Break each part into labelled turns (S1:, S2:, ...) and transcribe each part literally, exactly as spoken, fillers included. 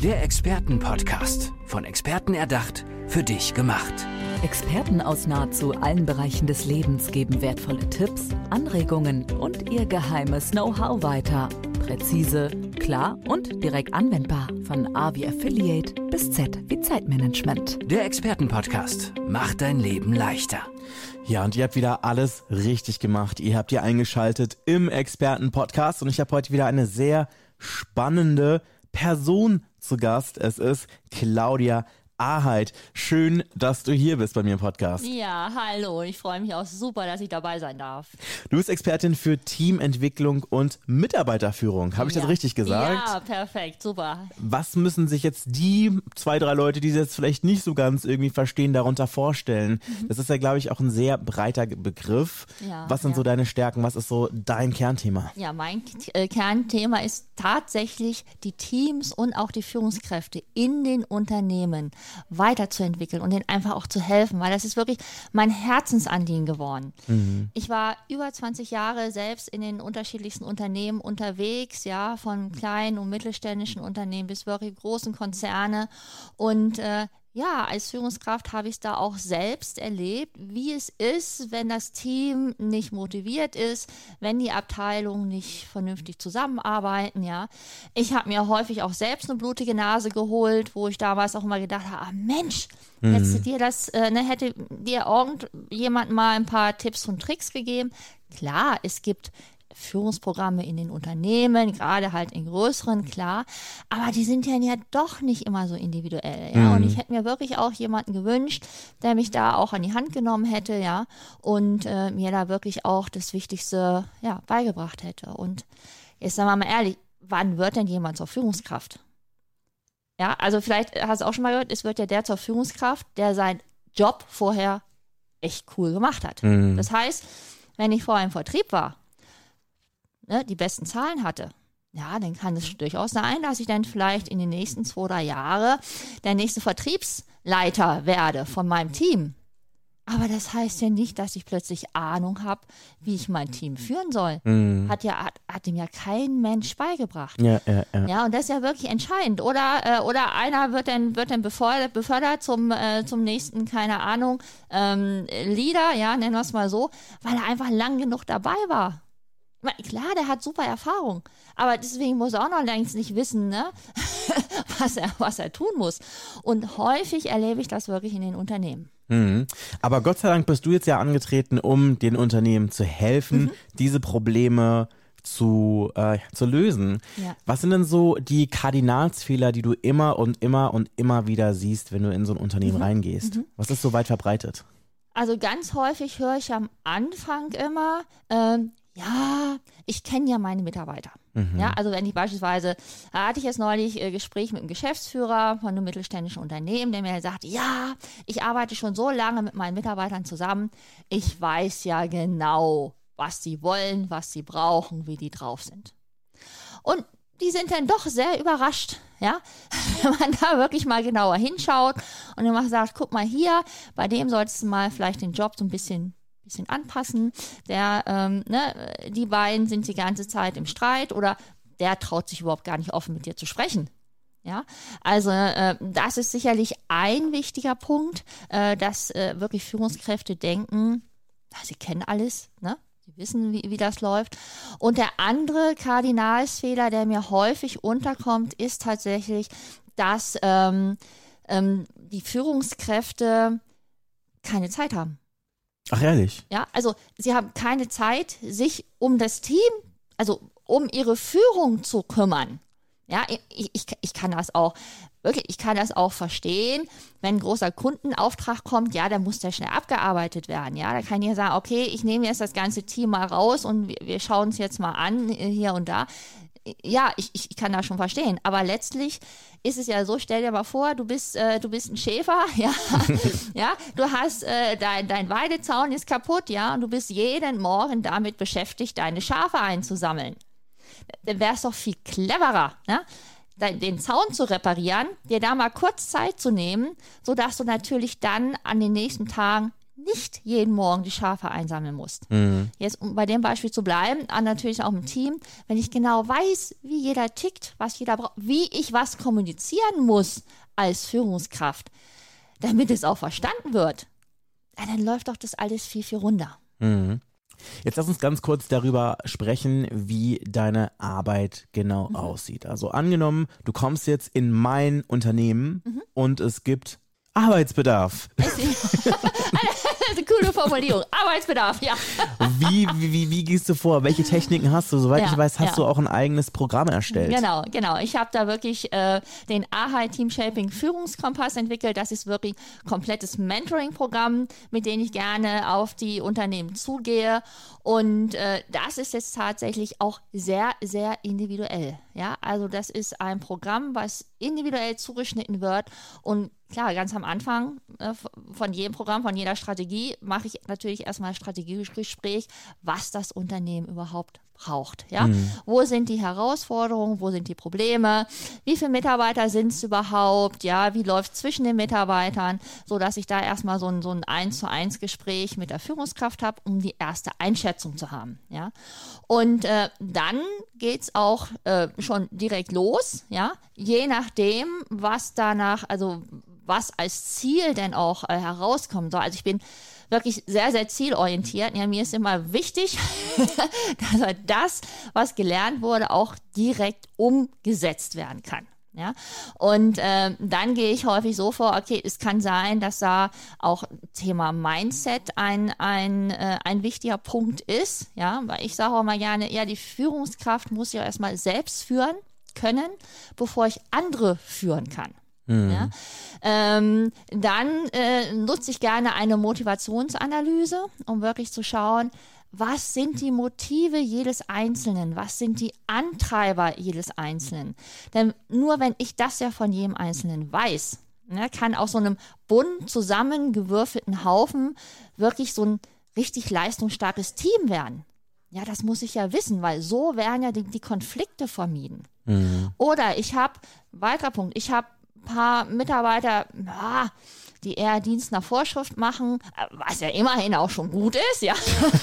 S1: Der Experten-Podcast. Von Experten erdacht, für dich gemacht.
S2: Experten aus nahezu allen Bereichen des Lebens geben wertvolle Tipps, Anregungen und ihr geheimes Know-how weiter. Präzise, klar und direkt anwendbar. Von A wie Affiliate bis Z wie Zeitmanagement.
S1: Der Experten-Podcast macht dein Leben leichter.
S3: Ja, und ihr habt wieder alles richtig gemacht. Ihr habt hier eingeschaltet im Experten-Podcast und ich habe heute wieder eine sehr spannende Person zu Gast. Es ist Claudia Aheid. Schön, dass du hier bist bei mir im Podcast.
S4: Ja, hallo. Ich freue mich auch super, dass ich dabei sein darf.
S3: Du bist Expertin für Teamentwicklung und Mitarbeiterführung. Habe ich
S4: ja.
S3: das richtig gesagt?
S4: Ja, perfekt. Super.
S3: Was müssen sich jetzt die zwei, drei Leute, die das jetzt vielleicht nicht so ganz irgendwie verstehen, darunter vorstellen? Mhm. Das ist ja, glaube ich, auch ein sehr breiter Begriff. Ja, was sind ja. so deine Stärken? Was ist so dein Kernthema?
S4: Ja, mein äh, Kernthema ist tatsächlich die Teams und auch die Führungskräfte in den Unternehmen weiterzuentwickeln und denen einfach auch zu helfen, weil das ist wirklich mein Herzensanliegen geworden. Mhm. Ich war über zwanzig Jahre selbst in den unterschiedlichsten Unternehmen unterwegs, ja, von kleinen und mittelständischen Unternehmen bis wirklich großen Konzerne und äh, ja, als Führungskraft habe ich es da auch selbst erlebt, wie es ist, wenn das Team nicht motiviert ist, wenn die Abteilungen nicht vernünftig zusammenarbeiten, ja. Ich habe mir häufig auch selbst eine blutige Nase geholt, wo ich damals auch immer gedacht habe, ah Mensch, mhm. hättest du dir das, äh, ne, hätte dir irgendjemand mal ein paar Tipps und Tricks gegeben. Klar, es gibt Führungsprogramme in den Unternehmen, gerade halt in größeren, klar, aber die sind ja, ja doch nicht immer so individuell, ja, mhm. und ich hätte mir wirklich auch jemanden gewünscht, der mich da auch an die Hand genommen hätte, ja, und äh, mir da wirklich auch das Wichtigste, ja, beigebracht hätte. Und jetzt sagen wir mal ehrlich, wann wird denn jemand zur Führungskraft? Ja, also vielleicht hast du auch schon mal gehört, es wird ja der zur Führungskraft, der seinen Job vorher echt cool gemacht hat. Mhm. Das heißt, wenn ich vorher im Vertrieb war, ne, die besten Zahlen hatte, ja, dann kann es durchaus sein, dass ich dann vielleicht in den nächsten zwei, drei Jahren der nächste Vertriebsleiter werde von meinem Team. Aber das heißt ja nicht, dass ich plötzlich Ahnung habe, wie ich mein Team führen soll. Mhm. Hat ja, hat, hat ihm ja kein Mensch beigebracht. Ja, ja, ja. Ja, und das ist ja wirklich entscheidend. Oder, äh, oder einer wird dann, wird dann befördert, befördert zum, äh, zum nächsten, keine Ahnung, ähm, Leader, ja, nennen wir es mal so, weil er einfach lang genug dabei war. Klar, der hat super Erfahrung, aber deswegen muss er auch noch längst nicht wissen, ne? was, er, was er tun muss. Und häufig erlebe ich das wirklich in den Unternehmen.
S3: Mhm. Aber Gott sei Dank bist du jetzt ja angetreten, um den Unternehmen zu helfen, mhm. diese Probleme zu, äh, zu lösen. Ja. Was sind denn so die Kardinalsfehler, die du immer und immer und immer wieder siehst, wenn du in so ein Unternehmen mhm. reingehst? Mhm. Was ist so weit verbreitet?
S4: Also ganz häufig höre ich am Anfang immer, ähm, ja, ich kenne ja meine Mitarbeiter. Mhm. Ja, also wenn ich beispielsweise, da hatte ich jetzt neulich äh, Gespräch mit einem Geschäftsführer von einem mittelständischen Unternehmen, der mir sagt, ja, ich arbeite schon so lange mit meinen Mitarbeitern zusammen, ich weiß ja genau, was sie wollen, was sie brauchen, wie die drauf sind. Und die sind dann doch sehr überrascht, ja, wenn man da wirklich mal genauer hinschaut und dann mal sagt, guck mal hier, bei dem solltest du mal vielleicht den Job so ein bisschen bisschen anpassen, der, ähm, ne, die beiden sind die ganze Zeit im Streit oder der traut sich überhaupt gar nicht offen mit dir zu sprechen. Ja, also äh, das ist sicherlich ein wichtiger Punkt, äh, dass äh, wirklich Führungskräfte denken, ja, sie kennen alles, ne? Sie wissen, wie, wie das läuft. Und der andere Kardinalsfehler, der mir häufig unterkommt, ist tatsächlich, dass ähm, ähm, die Führungskräfte keine Zeit haben.
S3: Ach, ehrlich?
S4: Ja, also sie haben keine Zeit, sich um das Team, also um ihre Führung zu kümmern. Ja, ich, ich, ich kann das auch, wirklich, ich kann das auch verstehen, wenn ein großer Kundenauftrag kommt, ja, dann muss der schnell abgearbeitet werden. Ja, da kann ich sagen, okay, ich nehme jetzt das ganze Team mal raus und wir, wir schauen uns jetzt mal an, hier und da. Ja, ich, ich kann das schon verstehen, aber letztlich ist es ja so, stell dir mal vor, du bist, äh, du bist ein Schäfer, ja, ja, du hast, äh, dein, dein Weidezaun ist kaputt, ja, und du bist jeden Morgen damit beschäftigt, deine Schafe einzusammeln. Dann wäre es doch viel cleverer, ne? Den Zaun zu reparieren, dir da mal kurz Zeit zu nehmen, sodass du natürlich dann an den nächsten Tagen nicht jeden Morgen die Schafe einsammeln musst.
S3: Mhm.
S4: Jetzt, um bei dem Beispiel zu bleiben, an natürlich auch im Team, wenn ich genau weiß, wie jeder tickt, was jeder braucht, wie ich was kommunizieren muss als Führungskraft, damit es auch verstanden wird, dann läuft doch das alles viel, viel runder.
S3: Mhm. Jetzt lass uns ganz kurz darüber sprechen, wie deine Arbeit genau mhm. aussieht. Also angenommen, du kommst jetzt in mein Unternehmen mhm. und es gibt Arbeitsbedarf.
S4: Eine coole Formulierung. Arbeitsbedarf, ja.
S3: Wie, wie, wie gehst du vor? Welche Techniken hast du? Soweit ja, ich weiß, hast ja. du auch ein eigenes Programm erstellt.
S4: Genau, genau. Ich habe da wirklich äh, den A H I Team Shaping Führungskompass entwickelt. Das ist wirklich ein komplettes Mentoring-Programm, mit dem ich gerne auf die Unternehmen zugehe. Und äh, das ist jetzt tatsächlich auch sehr, sehr individuell. Ja, also das ist ein Programm, was individuell zugeschnitten wird. Und klar, ganz am Anfang äh, von jedem Programm, von jeder Strategie, mache ich natürlich erstmal ein Strategiegespräch, was das Unternehmen überhaupt braucht. Ja? Mhm. Wo sind die Herausforderungen, wo sind die Probleme, wie viele Mitarbeiter sind es überhaupt, ja, wie läuft es zwischen den Mitarbeitern, sodass ich da erstmal so ein, so ein eins zu eins Gespräch mit der Führungskraft habe, um die erste Einschätzung zu haben. Ja? Und äh, dann geht es auch äh, schon direkt los, ja, je nachdem, was danach, also was als Ziel denn auch äh, herauskommen soll. Also ich bin wirklich sehr, sehr zielorientiert. Ja, mir ist immer wichtig, dass das, was gelernt wurde, auch direkt umgesetzt werden kann. Ja, und äh, dann gehe ich häufig so vor, okay, es kann sein, dass da auch Thema Mindset ein, ein, äh, ein wichtiger Punkt ist, ja, weil ich sage auch mal gerne, ja, die Führungskraft muss ja erstmal selbst führen können, bevor ich andere führen kann. Mhm. Ja? Ähm, dann äh, nutze ich gerne eine Motivationsanalyse, um wirklich zu schauen, was sind die Motive jedes Einzelnen? Was sind die Antreiber jedes Einzelnen? Denn nur wenn ich das ja von jedem Einzelnen weiß, ne, kann aus so einem bunt zusammengewürfelten Haufen wirklich so ein richtig leistungsstarkes Team werden. Ja, das muss ich ja wissen, weil so werden ja die, die Konflikte vermieden. Mhm. Oder ich habe, weiterer Punkt, ich habe ein paar Mitarbeiter, ja, die eher Dienst nach Vorschrift machen, was ja immerhin auch schon gut ist, ja.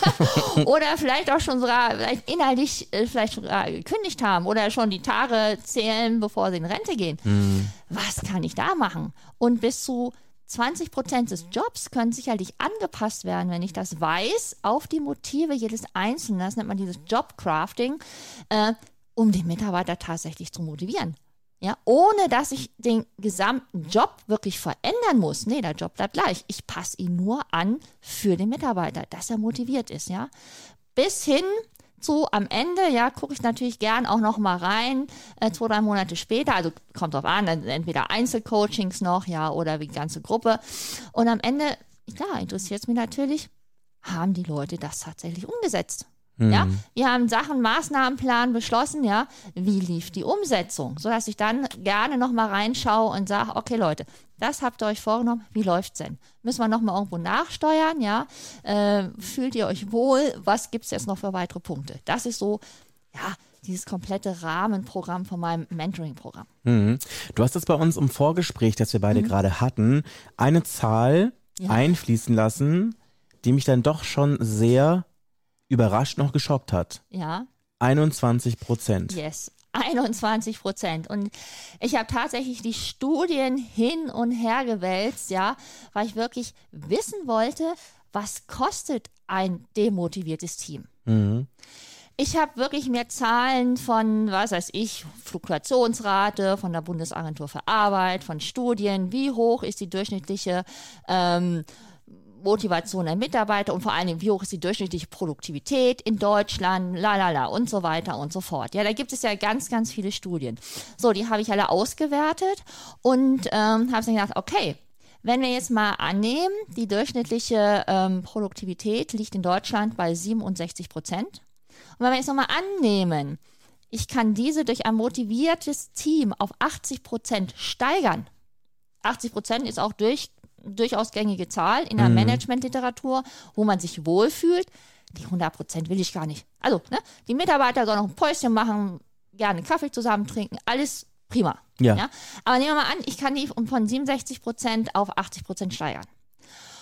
S4: Oder vielleicht auch schon sogar vielleicht inhaltlich äh, vielleicht sogar gekündigt haben oder schon die Tage zählen, bevor sie in Rente gehen. Mhm. Was kann ich da machen? Und bis zu zwanzig Prozent des Jobs können sicherlich angepasst werden, wenn ich das weiß, auf die Motive jedes Einzelnen, das nennt man dieses Jobcrafting, äh, um den Mitarbeiter tatsächlich zu motivieren. Ja, ohne dass ich den gesamten Job wirklich verändern muss. Nee, der Job bleibt gleich. Ich passe ihn nur an für den Mitarbeiter, dass er motiviert ist, ja. Bis hin zu am Ende, ja, gucke ich natürlich gern auch noch mal rein, äh, zwei, drei Monate später, also kommt drauf an, entweder Einzelcoachings noch, ja, oder die ganze Gruppe. Und am Ende, klar, interessiert es mich natürlich, haben die Leute das tatsächlich umgesetzt? Ja, wir haben Sachen, Maßnahmenplan beschlossen, ja, wie lief die Umsetzung, sodass ich dann gerne nochmal reinschaue und sage, okay Leute, das habt ihr euch vorgenommen, wie läuft's denn? Müssen wir nochmal irgendwo nachsteuern, ja, äh, fühlt ihr euch wohl, was gibt's jetzt noch für weitere Punkte? Das ist so, ja, dieses komplette Rahmenprogramm von meinem Mentoring-Programm.
S3: Mhm. Du hast jetzt bei uns im Vorgespräch, das wir beide mhm. gerade hatten, eine Zahl ja. einfließen lassen, die mich dann doch schon sehr überrascht noch geschockt hat.
S4: Ja.
S3: einundzwanzig Prozent.
S4: Yes, einundzwanzig Prozent. Und ich habe tatsächlich die Studien hin und her gewälzt, ja, weil ich wirklich wissen wollte, was kostet ein demotiviertes Team. Mhm. Ich habe wirklich mir Zahlen von, was weiß ich, Fluktuationsrate von der Bundesagentur für Arbeit, von Studien, wie hoch ist die durchschnittliche ähm, Motivation der Mitarbeiter und vor allem, wie hoch ist die durchschnittliche Produktivität in Deutschland, lalala und so weiter und so fort. Ja, da gibt es ja ganz, ganz viele Studien. So, die habe ich alle ausgewertet und ähm, habe dann gedacht, okay, wenn wir jetzt mal annehmen, die durchschnittliche ähm, Produktivität liegt in Deutschland bei siebenundsechzig Prozent. Und wenn wir jetzt nochmal annehmen, ich kann diese durch ein motiviertes Team auf achtzig Prozent steigern. achtzig Prozent ist auch durch durchaus gängige Zahl in der mhm. Managementliteratur, wo man sich wohlfühlt. Die hundert Prozent will ich gar nicht. Also, ne, die Mitarbeiter sollen noch ein Päuschen machen, gerne Kaffee zusammen trinken, alles prima.
S3: Ja.
S4: Ja? Aber nehmen wir mal an, ich kann die von siebenundsechzig Prozent auf achtzig Prozent steigern.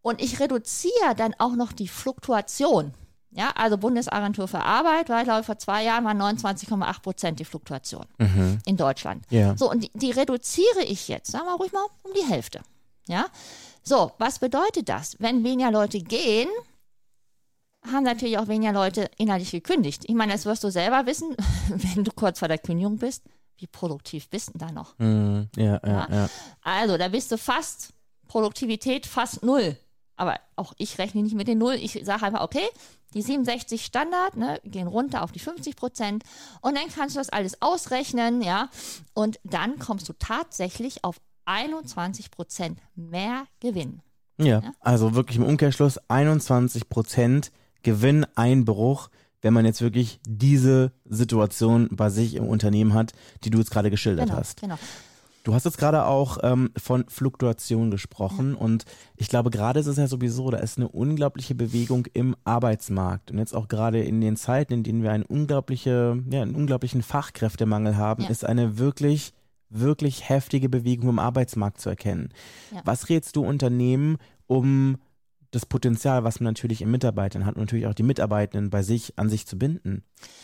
S4: Und ich reduziere dann auch noch die Fluktuation. Ja, also Bundesagentur für Arbeit, war, glaube ich, vor zwei Jahren waren neunundzwanzig Komma acht Prozent die Fluktuation mhm. in Deutschland.
S3: Ja.
S4: So, und die, die reduziere ich jetzt, sagen wir ruhig mal, um die Hälfte. Ja, so, was bedeutet das? Wenn weniger Leute gehen, haben natürlich auch weniger Leute inhaltlich gekündigt. Ich meine, das wirst du selber wissen, wenn du kurz vor der Kündigung bist. Wie produktiv bist du da noch?
S3: Mhm. Ja, ja, ja, ja.
S4: Also, da bist du fast, Produktivität fast null. Aber auch ich rechne nicht mit den Null. Ich sage einfach, okay, die siebenundsechzig Standard, ne, gehen runter auf die fünfzig Prozent und dann kannst du das alles ausrechnen, ja, und dann kommst du tatsächlich auf einundzwanzig Prozent mehr Gewinn.
S3: Ja,
S4: ja,
S3: also wirklich im Umkehrschluss einundzwanzig Prozent Gewinneinbruch, wenn man jetzt wirklich diese Situation bei sich im Unternehmen hat, die du jetzt gerade geschildert
S4: genau,
S3: hast.
S4: Genau.
S3: Du hast jetzt gerade auch ähm, von Fluktuation gesprochen ja. und ich glaube, gerade ist es ja sowieso, da ist eine unglaubliche Bewegung im Arbeitsmarkt und jetzt auch gerade in den Zeiten, in denen wir einen, unglaubliche, ja, einen unglaublichen Fachkräftemangel haben, ja. ist eine wirklich, wirklich heftige Bewegung im Arbeitsmarkt zu erkennen. Ja. Was rätst du Unternehmen, um das Potenzial, was man natürlich in Mitarbeitern hat und natürlich auch die Mitarbeitenden bei sich an sich zu binden?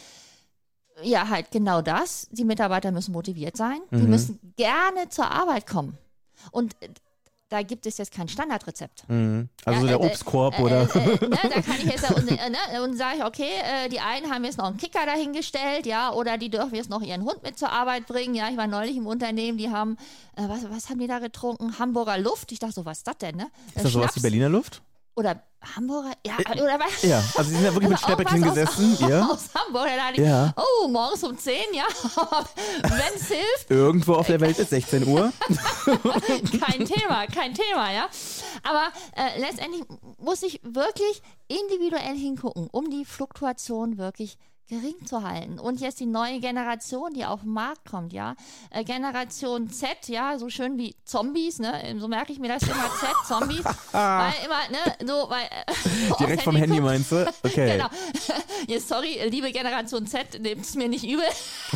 S4: Ja, halt genau das. Die Mitarbeiter müssen motiviert sein.
S3: Mhm.
S4: Die müssen gerne zur Arbeit kommen. Und da gibt es jetzt kein Standardrezept.
S3: Mhm. Also
S4: ja,
S3: der
S4: äh,
S3: Obstkorb
S4: äh,
S3: oder?
S4: Äh, äh, ne, da kann ich jetzt, und, äh, ne, und sage ich, okay, äh, die einen haben jetzt noch einen Kicker dahingestellt, ja, oder die dürfen jetzt noch ihren Hund mit zur Arbeit bringen. Ja, ich war neulich im Unternehmen, die haben, äh, was, was haben die da getrunken? Hamburger Luft. Ich dachte so, was ist das denn, ne?
S3: Ist das sowas wie Berliner Luft?
S4: Oder Hamburger, ja, oder was?
S3: Ja, also sie sind ja wirklich mit Schnäpperchen gesessen.
S4: Aus,
S3: ja.
S4: aus Hamburg, da dachte ich,
S3: ja.
S4: oh, morgens um zehn, ja, wenn es hilft.
S3: Irgendwo auf der Welt ist sechzehn Uhr.
S4: Kein Thema, kein Thema, ja. Aber äh, letztendlich muss ich wirklich individuell hingucken, um die Fluktuation wirklich gering zu halten. Und jetzt die neue Generation, die auf den Markt kommt, ja. Äh, Generation Z, ja, so schön wie Zombies, ne, so merke ich mir das immer, Z, Zombies, weil immer, ne, so, weil... Äh,
S3: Direkt vom Handy meinst du? Okay.
S4: Genau. Jetzt, sorry, liebe Generation Z, nehmt es mir nicht übel.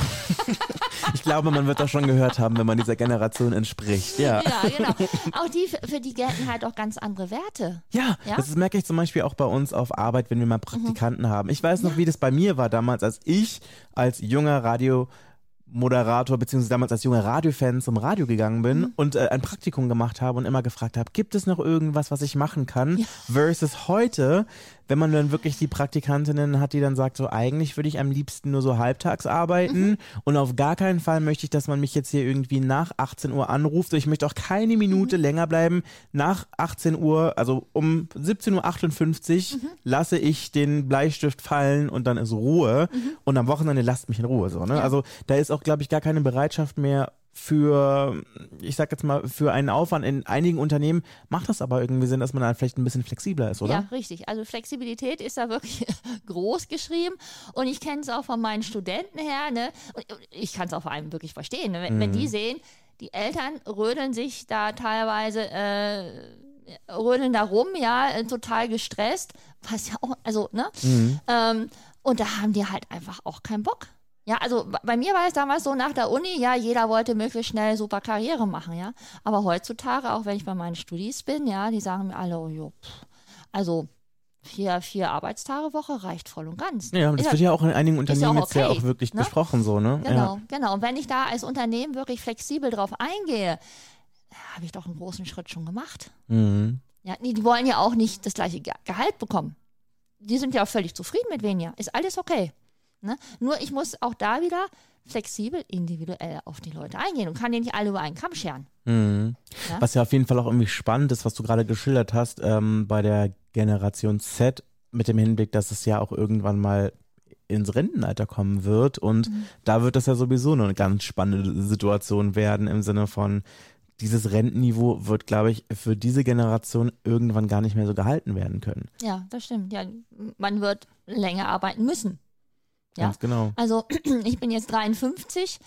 S3: Ich glaube, man wird das schon gehört haben, wenn man dieser Generation entspricht, ja.
S4: Ja, genau. Auch die, für die gelten halt auch ganz andere Werte.
S3: Ja,
S4: ja?
S3: das merke ich zum Beispiel auch bei uns auf Arbeit, wenn wir mal Praktikanten mhm. haben. Ich weiß noch, ja. wie das bei mir war damals, als ich als junger Radiomoderator beziehungsweise damals als junger Radiofan zum Radio gegangen bin mhm. und äh, ein Praktikum gemacht habe und immer gefragt habe, gibt es noch irgendwas, was ich machen kann? Ja. Versus heute, wenn man dann wirklich die Praktikantinnen hat, die dann sagt, so eigentlich würde ich am liebsten nur so halbtags arbeiten mhm. und auf gar keinen Fall möchte ich, dass man mich jetzt hier irgendwie nach achtzehn Uhr anruft. Ich möchte auch keine Minute mhm. länger bleiben. Nach achtzehn Uhr, also um siebzehn Uhr achtundfünfzig mhm. lasse ich den Bleistift fallen und dann ist Ruhe mhm. und am Wochenende lasst mich in Ruhe. So, ne? Ja. Also da ist auch, glaube ich, gar keine Bereitschaft mehr für, ich sag jetzt mal, für einen Aufwand. In einigen Unternehmen macht das aber irgendwie Sinn, dass man dann vielleicht ein bisschen flexibler ist, oder?
S4: Ja, richtig. Also Flexibilität ist da wirklich groß geschrieben und ich kenne es auch von meinen Studenten her, ne? Und ich kann es auch vor allem wirklich verstehen, ne? wenn, mhm. wenn die sehen, die Eltern rödeln sich da teilweise, äh, rödeln da rum, ja, total gestresst, was ja auch, also, ne? Mhm. Ähm, und da haben die halt einfach auch keinen Bock. Ja, also bei mir war es damals so, nach der Uni, ja, jeder wollte möglichst schnell super Karriere machen, ja. Aber heutzutage, auch wenn ich bei meinen Studis bin, ja, die sagen mir alle, oh, jo, pff, also vier, vier Arbeitstage Woche reicht voll und ganz.
S3: Ja, das ist wird ja auch in einigen Unternehmen ja jetzt okay, ja auch wirklich ne? besprochen so, ne?
S4: Genau,
S3: ja.
S4: genau. Und wenn ich da als Unternehmen wirklich flexibel drauf eingehe, habe ich doch einen großen Schritt schon gemacht.
S3: Mhm.
S4: Ja, die, die wollen ja auch nicht das gleiche Gehalt bekommen. Die sind ja auch völlig zufrieden mit weniger. Ist alles okay. Ne? Nur ich muss auch da wieder flexibel, individuell auf die Leute eingehen und kann die nicht alle über einen Kamm scheren.
S3: Mhm. Ja? Was ja auf jeden Fall auch irgendwie spannend ist, was du gerade geschildert hast, ähm, bei der Generation Z mit dem Hinblick, dass es ja auch irgendwann mal ins Rentenalter kommen wird und mhm. da wird das ja sowieso eine ganz spannende Situation werden im Sinne von, dieses Rentenniveau wird, glaube ich, für diese Generation irgendwann gar nicht mehr so gehalten werden können.
S4: Ja, das stimmt. Ja, man wird länger arbeiten müssen. Ja,
S3: ganz genau.
S4: Also ich bin jetzt dreiundfünfzig.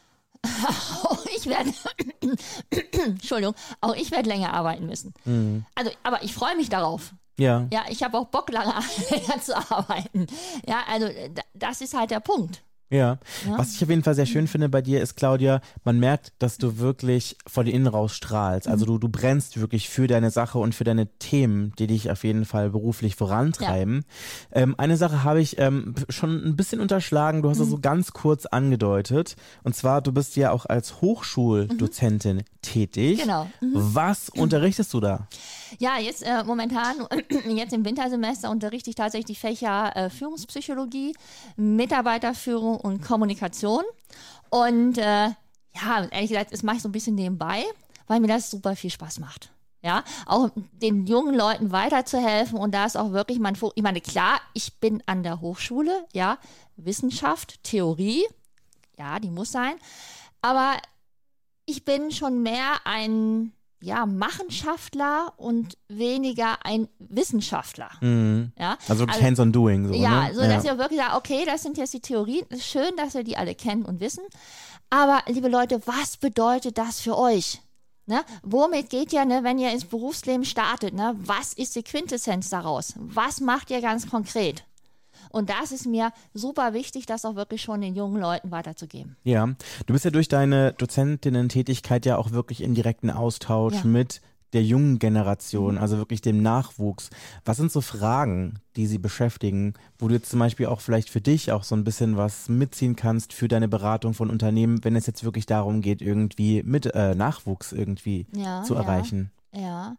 S4: Auch ich werde, Entschuldigung, auch ich werde länger arbeiten müssen. Mhm. Also, aber ich freue mich darauf.
S3: Ja.
S4: Ja, ich habe auch Bock, lange länger zu arbeiten. Ja, also das ist halt der Punkt.
S3: Ja. ja, was ich auf jeden Fall sehr schön finde bei dir ist, Claudia, man merkt, dass du wirklich von innen raus strahlst. Also du, du brennst wirklich für deine Sache und für deine Themen, die dich auf jeden Fall beruflich vorantreiben. Ja. Ähm, eine Sache habe ich ähm, schon ein bisschen unterschlagen, du hast es mhm. so ganz kurz angedeutet. Und zwar, du bist ja auch als Hochschuldozentin mhm. tätig.
S4: Genau. Mhm.
S3: Was unterrichtest du da?
S4: Ja, jetzt äh, momentan, jetzt im Wintersemester unterrichte ich tatsächlich die Fächer äh, Führungspsychologie, Mitarbeiterführung und Kommunikation. Und äh, ja, ehrlich gesagt, das mache ich so ein bisschen nebenbei, weil mir das super viel Spaß macht. Ja, auch den jungen Leuten weiterzuhelfen und da ist auch wirklich mein Fokus. Ich meine, klar, ich bin an der Hochschule, ja, Wissenschaft, Theorie, ja, die muss sein, aber ich bin schon mehr ein ja, Machenschaftler und weniger ein Wissenschaftler.
S3: Mhm.
S4: Ja?
S3: Also wirklich also, hands-on-doing. So,
S4: ja,
S3: ne?
S4: so dass ja. ihr wirklich sagt, okay, das sind jetzt die Theorien. Es ist schön, dass ihr die alle kennen und wissen. Aber, liebe Leute, was bedeutet das für euch? Ne? Womit geht ihr, ne, wenn ihr ins Berufsleben startet? Ne? Was ist die Quintessenz daraus? Was macht ihr ganz konkret? Und das ist mir super wichtig, das auch wirklich schon den jungen Leuten weiterzugeben.
S3: Ja, du bist ja durch deine Dozentinnen-Tätigkeit ja auch wirklich im direkten Austausch ja. mit der jungen Generation, also wirklich dem Nachwuchs. Was sind so Fragen, die sie beschäftigen, wo du jetzt zum Beispiel auch vielleicht für dich auch so ein bisschen was mitziehen kannst für deine Beratung von Unternehmen, wenn es jetzt wirklich darum geht, irgendwie mit äh, Nachwuchs irgendwie ja, zu erreichen?
S4: Ja, ja.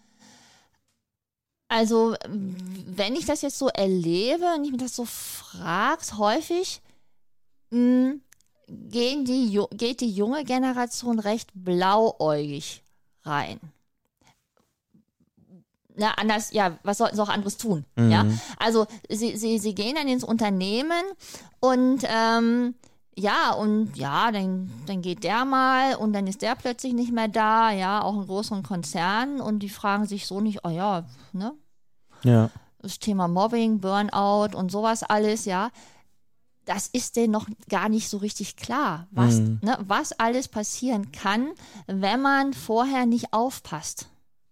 S4: Also, wenn ich das jetzt so erlebe und ich mir das so frage, häufig mh, gehen die, geht die junge Generation recht blauäugig rein. Na, anders, ja, was sollten sie auch anderes tun? Mhm. Ja? Also, sie, sie, sie gehen dann ins Unternehmen und ähm, ja, und ja, dann, dann geht der mal und dann ist der plötzlich nicht mehr da, ja, auch in größeren Konzernen und die fragen sich so nicht, oh ja, ne?
S3: Ja.
S4: Das Thema Mobbing, Burnout und sowas alles, ja, das ist denen noch gar nicht so richtig klar, was, mhm. ne, was alles passieren kann, wenn man vorher nicht aufpasst.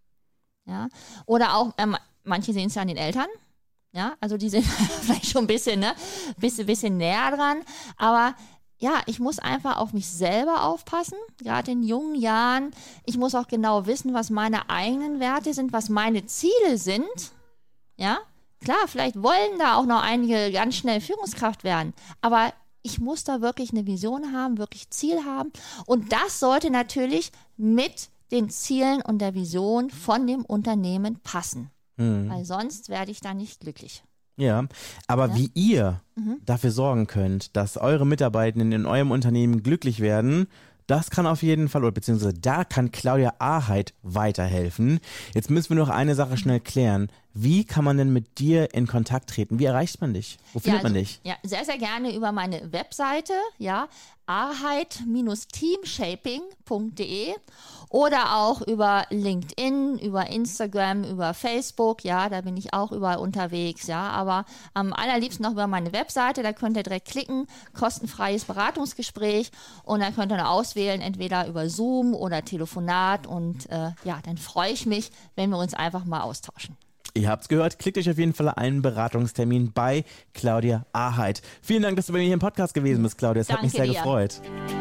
S4: Ja, oder auch, ähm, manche sehen es ja an den Eltern, ja, also die sind vielleicht schon ein bisschen, ne, bisschen, bisschen näher dran, aber ja, ich muss einfach auf mich selber aufpassen, gerade in jungen Jahren. Ich muss auch genau wissen, was meine eigenen Werte sind, was meine Ziele sind. Ja, klar, vielleicht wollen da auch noch einige ganz schnell Führungskraft werden, aber ich muss da wirklich eine Vision haben, wirklich Ziel haben. Und das sollte natürlich mit den Zielen und der Vision von dem Unternehmen passen. Mhm. Weil sonst werde ich da nicht glücklich.
S3: Ja, aber ja. wie ihr mhm. dafür sorgen könnt, dass eure Mitarbeitenden in eurem Unternehmen glücklich werden, das kann auf jeden Fall, oder beziehungsweise da kann Claudia Aheit weiterhelfen. Jetzt müssen wir noch eine Sache schnell klären. Wie kann man denn mit dir in Kontakt treten? Wie erreicht man dich? Wo findet
S4: ja, also,
S3: man dich?
S4: Ja, sehr, sehr gerne über meine Webseite, ja, aheit teamshaping punkt de oder auch über LinkedIn, über Instagram, über Facebook, ja, da bin ich auch überall unterwegs, ja, aber am allerliebsten noch über meine Webseite, da könnt ihr direkt klicken, kostenfreies Beratungsgespräch und dann könnt ihr noch auswählen, entweder über Zoom oder Telefonat und äh, ja, dann freue ich mich, wenn wir uns einfach mal austauschen.
S3: Ihr habt's gehört, klickt euch auf jeden Fall einen Beratungstermin bei Claudia Aheit. Vielen Dank, dass du bei mir hier im Podcast gewesen bist, Claudia. Es hat mich sehr dir. gefreut.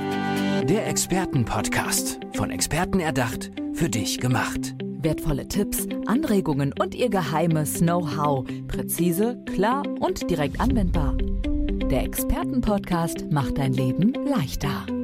S1: Der Expertenpodcast. Von Experten erdacht, für dich gemacht.
S2: Wertvolle Tipps, Anregungen und ihr geheimes Know-how. Präzise, klar und direkt anwendbar. Der Expertenpodcast macht dein Leben leichter.